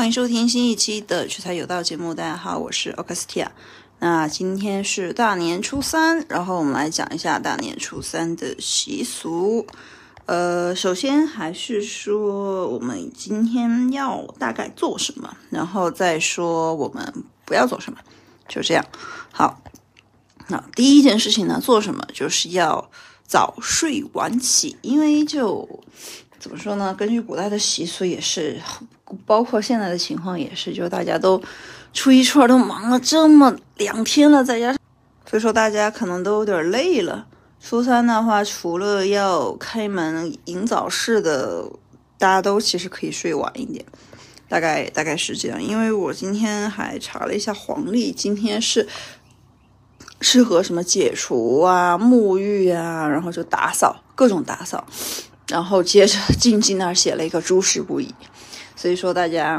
迎收听新一期的取材有道节目。大家好，我是奥克斯蒂亚。那今天是大年初三，然后我们来讲一下大年初三的习俗。首先还是说我们今天要大概做什么，然后再说我们不要做什么，就这样。好，那第一件事情呢，做什么就是要早睡晚起，因为就怎么说呢，根据古代的习俗也是，包括现在的情况也是，就大家都初一初二都忙了这么2天了，再加上所以说大家可能都有点累了。初三的话，除了要开门迎早市的，大家都其实可以睡晚一点，大概是这样。因为我今天还查了一下黄历，今天是适合什么解除啊、沐浴啊，然后就打扫，各种打扫，然后接着静静那儿写了一个诸事不宜。所以说大家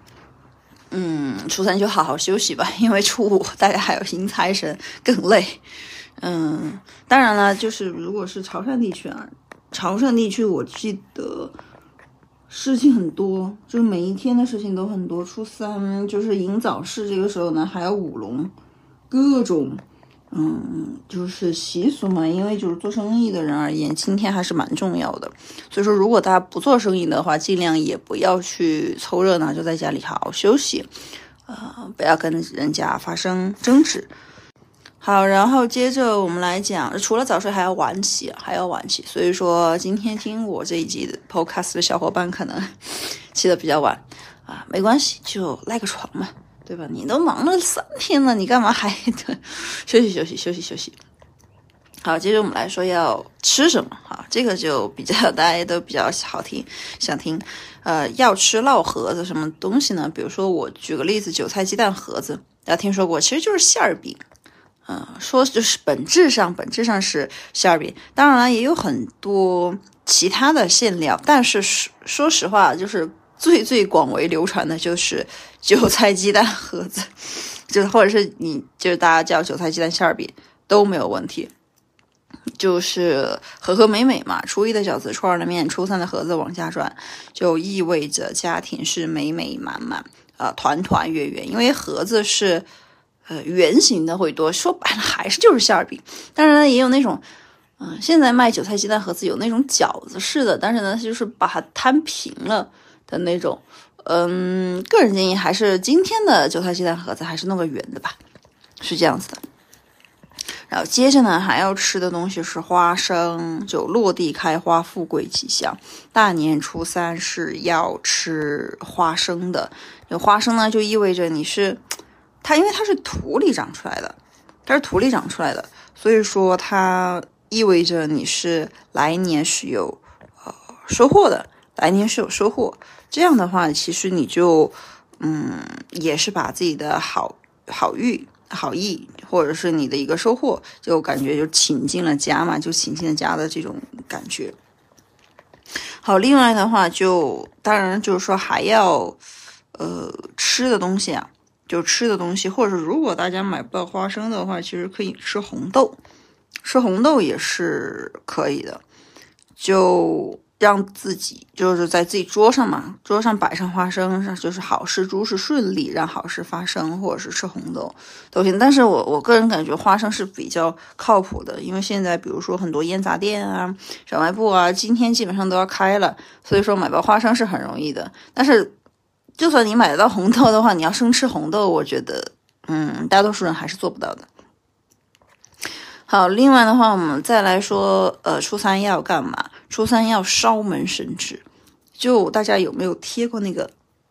初三就好好休息吧，因为初五大家还要迎财神，更累。当然了，就是如果是潮汕地区啊，潮汕地区我记得事情很多，就是每一天的事情都很多。初三就是迎早市，这个时候呢还要舞龙，各种就是习俗嘛，因为就是做生意的人而言，今天还是蛮重要的。所以说如果大家不做生意的话，尽量也不要去凑热闹，就在家里好好休息，不要跟人家发生争执。好，然后接着我们来讲，除了早睡还要晚起，所以说今天听我这一集的 podcast 的小伙伴可能起得比较晚啊，没关系，就赖个床嘛，对吧？你都忙了3天了，你干嘛还得休息？好，接着我们来说要吃什么啊？这个就比较大家都比较想听。要吃烙盒子什么东西呢？比如说我举个例子，韭菜鸡蛋盒子，大家听说过，其实就是馅儿饼。说就是本质上是馅儿饼，当然了也有很多其他的馅料，但是说实话，就是最广为流传的就是韭菜鸡蛋盒子，就是或者是就是大家叫韭菜鸡蛋馅儿饼都没有问题。就是和和美美嘛，初一的饺子，初二的面，初三的盒子往下转，就意味着家庭是美美满满，团团圆圆。因为盒子是圆形的会多，说白了还是就是馅儿饼。当然也有那种现在卖韭菜鸡蛋盒子有那种饺子式的，但是呢就是把它摊平了的那种。个人建议还是今天的韭菜鸡蛋盒子还是弄个圆的吧，是这样子的。然后接着呢还要吃的东西是花生，就落地开花，富贵吉祥。大年初三是要吃花生的，有花生呢就意味着你是它，因为它是土里长出来的，所以说它意味着你是来年是有收获的，这样的话其实你就也是把自己的好意或者是你的一个收获，就感觉就请进了家嘛，就请进了家的这种感觉。好，另外的话就当然就是说还要吃的东西啊，就吃的东西，或者是如果大家买不到花生的话，其实可以吃红豆也是可以的，就让自己就是在自己桌上摆上花生，就是好事诸事顺利，让好事发生，或者是吃红豆都行。但是我个人感觉花生是比较靠谱的，因为现在比如说很多烟杂店啊、小卖部啊，今天基本上都要开了，所以说买包花生是很容易的。但是就算你买得到红豆的话，你要生吃红豆，我觉得大多数人还是做不到的。好，另外的话我们再来说初三要干嘛？初三要烧门神纸。就大家有没有贴过那个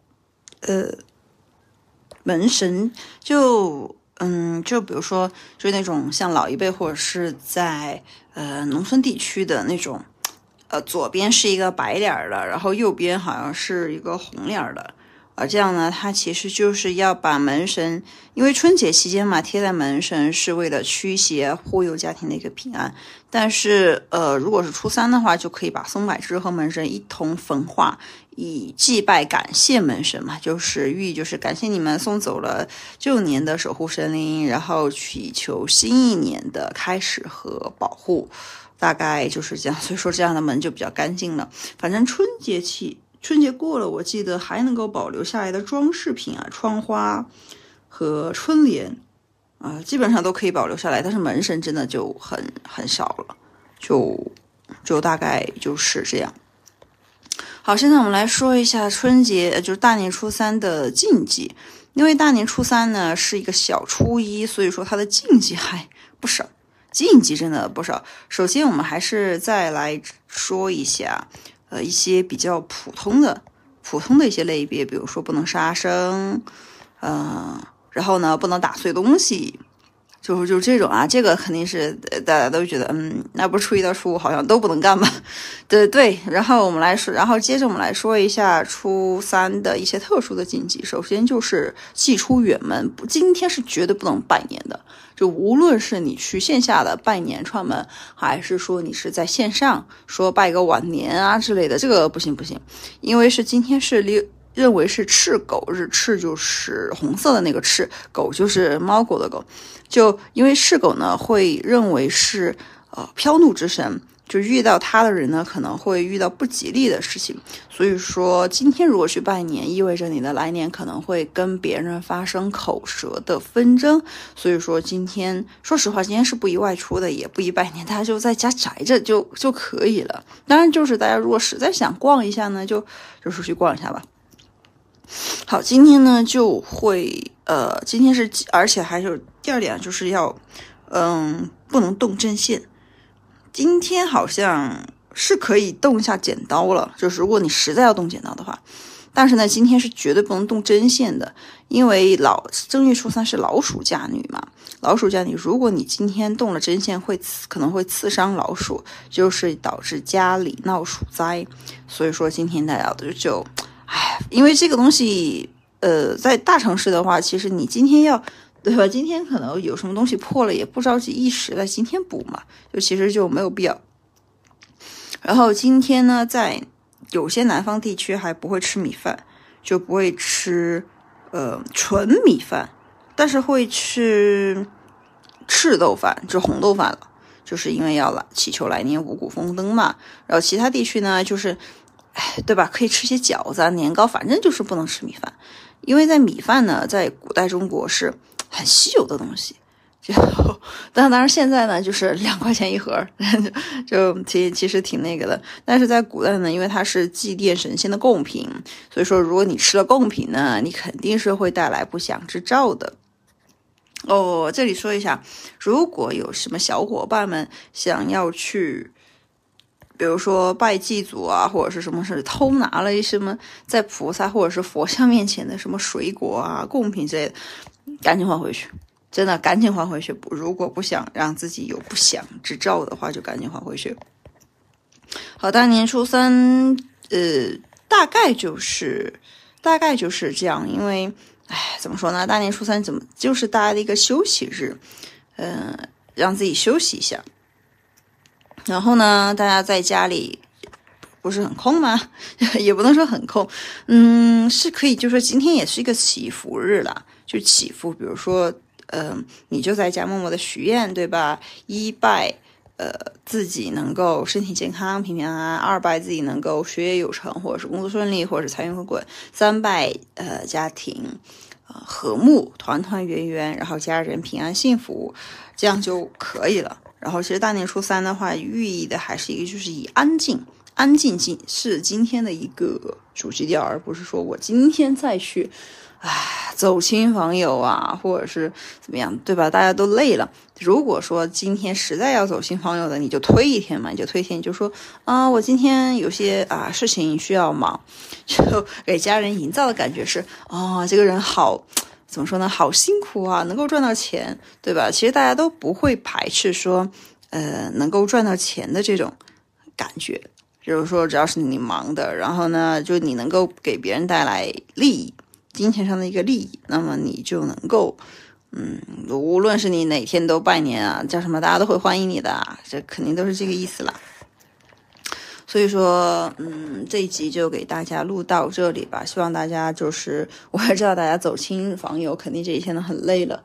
门神？就比如说就是那种像老一辈或者是在农村地区的那种左边是一个白脸的，然后右边好像是一个红脸的。这样呢它其实就是要把门神，因为春节期间嘛，贴在门神是为了驱邪护佑家庭的一个平安。但是如果是初三的话，就可以把松柏枝和门神一同焚化，以祭拜感谢门神嘛，就是寓意就是感谢你们送走了旧年的守护神灵，然后祈求新一年的开始和保护，大概就是这样。所以说这样的门就比较干净了。反正春节期春节过了，我记得还能够保留下来的装饰品啊，窗花和春联基本上都可以保留下来，但是门神真的就很少了，就大概就是这样。好，现在我们来说一下春节，就是大年初三的禁忌。因为大年初三呢是一个小初一，所以说它的禁忌还不少，禁忌真的不少。首先我们还是再来说一下一些比较普通的一些类别，比如说不能杀生，然后呢不能打碎东西，就这种啊，这个肯定是大家都觉得那不是初一到初五好像都不能干吧？对，然后我们来说，然后接着我们来说一下初三的一些特殊的禁忌。首先就是祭出远门，今天是绝对不能拜年的，就无论是你去线下的拜年串门，还是说你是在线上说拜个晚年啊之类的，这个不行，因为是今天是认为是赤狗日，赤就是红色的那个赤，狗就是猫狗的狗，就因为赤狗呢会认为是飘怒之神，就遇到他的人呢可能会遇到不吉利的事情，所以说今天如果去拜年，意味着你的来年可能会跟别人发生口舌的纷争，所以说今天说实话，今天是不宜外出的，也不宜拜年，大家就在家宅着就可以了。当然就是大家如果实在想逛一下呢，就出去逛一下吧。好，今天呢就会今天是，而且还有第二点就是要不能动针线。今天好像是可以动一下剪刀了，就是如果你实在要动剪刀的话，但是呢今天是绝对不能动针线的，因为正月初三是老鼠嫁女嘛，老鼠嫁女，如果你今天动了针线可能会刺伤老鼠，就是导致家里闹鼠灾，所以说今天大家就因为这个东西在大城市的话，其实你今天对吧？今天可能有什么东西破了，也不着急一时在今天补嘛，其实就没有必要。然后今天呢，在有些南方地区还不会吃米饭，就不会吃纯米饭，但是会吃赤豆饭，就红豆饭了，就是因为要祈求来年五谷丰登嘛。然后其他地区呢，就是对吧？可以吃些饺子年糕，反正就是不能吃米饭，因为在米饭呢，在古代中国是很稀有的东西，当然现在呢就是2块钱一盒，就其实挺那个的。但是在古代呢，因为它是祭奠神仙的贡品，所以说如果你吃了贡品呢，你肯定是会带来不祥之兆的。这里说一下，如果有什么小伙伴们想要去比如说拜祭祖啊，或者是什么是偷拿了什么在菩萨或者是佛像面前的什么水果啊贡品之类的，赶紧还回去，真的赶紧还回去。如果不想让自己有不祥之兆的话，就赶紧还回去。好，大年初三大概就是这样，因为怎么说呢，大年初三就是大家的一个休息日，让自己休息一下。然后呢，大家在家里不是很空吗？也不能说很空，是可以，就说今天也是一个祈福日啦，就祈福，比如说，你就在家默默的许愿，对吧？1拜，自己能够身体健康、平平安安；2拜自己能够学业有成，或者是工作顺利，或者是财源滚滚；3拜，家庭和睦、团团圆圆，然后家人平安幸福，这样就可以了。然后其实大年初三的话，寓意的还是一个就是以安静是今天的一个主基调，而不是说我今天再去走亲访友啊，或者是怎么样，对吧？大家都累了。如果说今天实在要走亲访友的，你就推一天嘛，你就说我今天有些事情需要忙，就给家人营造的感觉是这个人好。怎么说呢？好辛苦啊，能够赚到钱，对吧？其实大家都不会排斥说，能够赚到钱的这种感觉。就是说，只要是你忙的，然后呢，就你能够给别人带来利益，金钱上的一个利益，那么你就能够，无论是你哪天都拜年啊，叫什么，大家都会欢迎你的，这肯定都是这个意思啦。所以说，这一集就给大家录到这里吧。希望大家我也知道大家走亲访友，肯定这一天都很累了，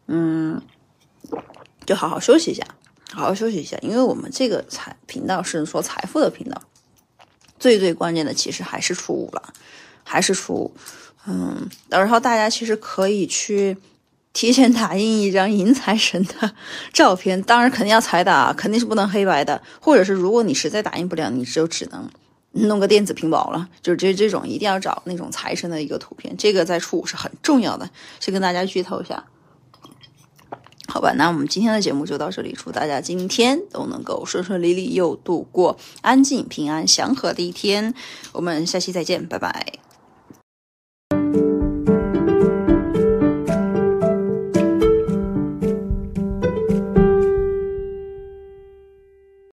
就好好休息一下，因为我们这个频道是说财富的频道， 最关键的其实还是初五了，还是初五。然后大家其实可以去提前打印一张迎财神的照片，当然肯定要彩打，肯定是不能黑白的，或者是如果你实在打印不了，你就只能弄个电子屏保了，就是这种一定要找那种财神的一个图片，这个在初五是很重要的，先跟大家剧透一下。好吧，那我们今天的节目就到这里，祝大家今天都能够顺顺利利又度过安静、平安、祥和的一天，我们下期再见，拜拜。